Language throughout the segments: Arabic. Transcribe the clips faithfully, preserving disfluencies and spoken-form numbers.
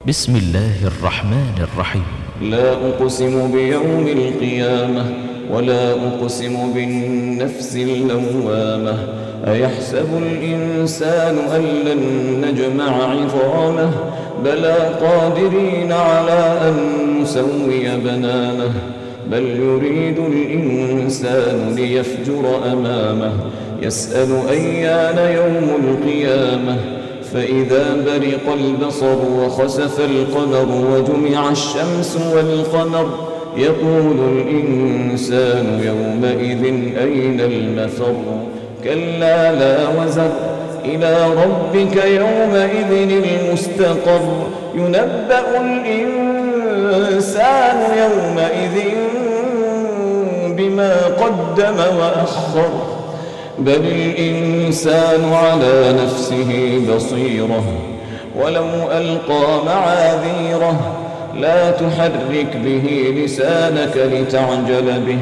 بسم الله الرحمن الرحيم. لا أقسم بيوم القيامة ولا أقسم بالنفس اللوامة. أيحسب الإنسان أن لن نجمع عظامه بلى قادرين على أن نسوي بنانه بل يريد الإنسان ليفجر أمامه يسأل أيان يوم القيامة فإذا برق البصر وخسف القمر وجمع الشمس والقمر يقول الإنسان يومئذ أين المفر كلا لا وزر إلى ربك يومئذ المستقر ينبأ الإنسان يومئذ بما قدم وأخر بل الإنسان على نفسه بصيرة ولو ألقى معاذيره لا تحرك به لسانك لتعجل به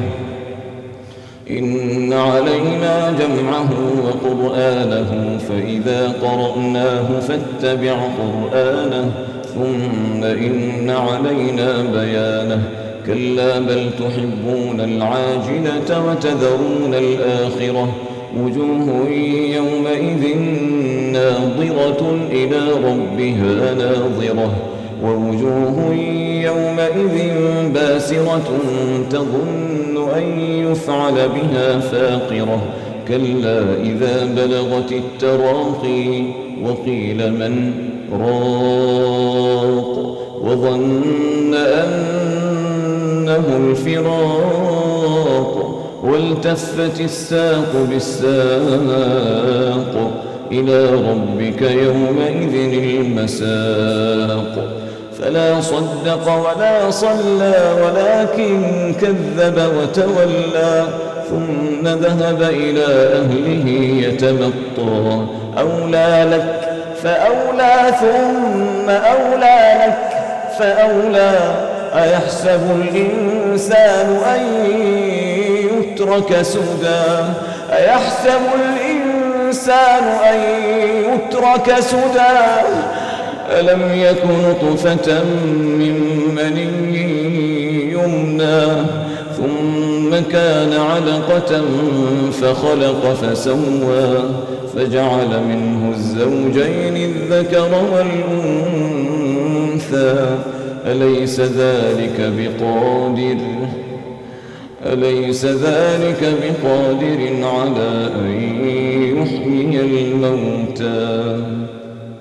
إن علينا جمعه وقرآنه فإذا قرأناه فاتبع قرآنه ثم إن علينا بيانه كلا بل تحبون العاجلة وتذرون الآخرة وجوه يومئذ ناظرة إلى ربها ناظرة ووجوه يومئذ باسرة تظن أن يفعل بها فاقرة كلا إذا بلغت التراقي وقيل من راق وظن أنه الفراق والتفت الساق بالساق إلى ربك يومئذ المساق فلا صدق ولا صلى ولكن كذب وتولى ثم ذهب إلى أهله يتمطى أولى لك فأولى ثم أولى لك فأولى أيحسب الإنسان أن يترك سدى أيحسب الإنسان أن يترك سدى ألم يك نطفة من مني يمنى ثم كان علقة فخلق فسوى فجعل منه الزوجين الذكر والأنثى أليس ذلك بقادر أليس ذلك بقادر على أن يحيي الموتى